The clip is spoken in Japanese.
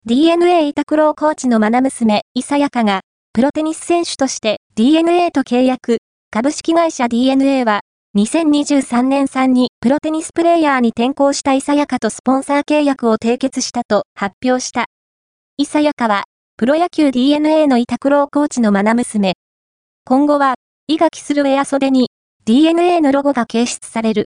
DNA 板黒コーチの愛娘、伊佐也香が、プロテニス選手として DNA と契約。株式会社 DNA は、2023年3にプロテニスプレイヤーに転向した伊佐也香とスポンサー契約を締結したと発表した。伊佐也香は、プロ野球 DNA の板黒コーチの愛娘。今後は、伊垣するウェア袖に DNA のロゴが掲出される。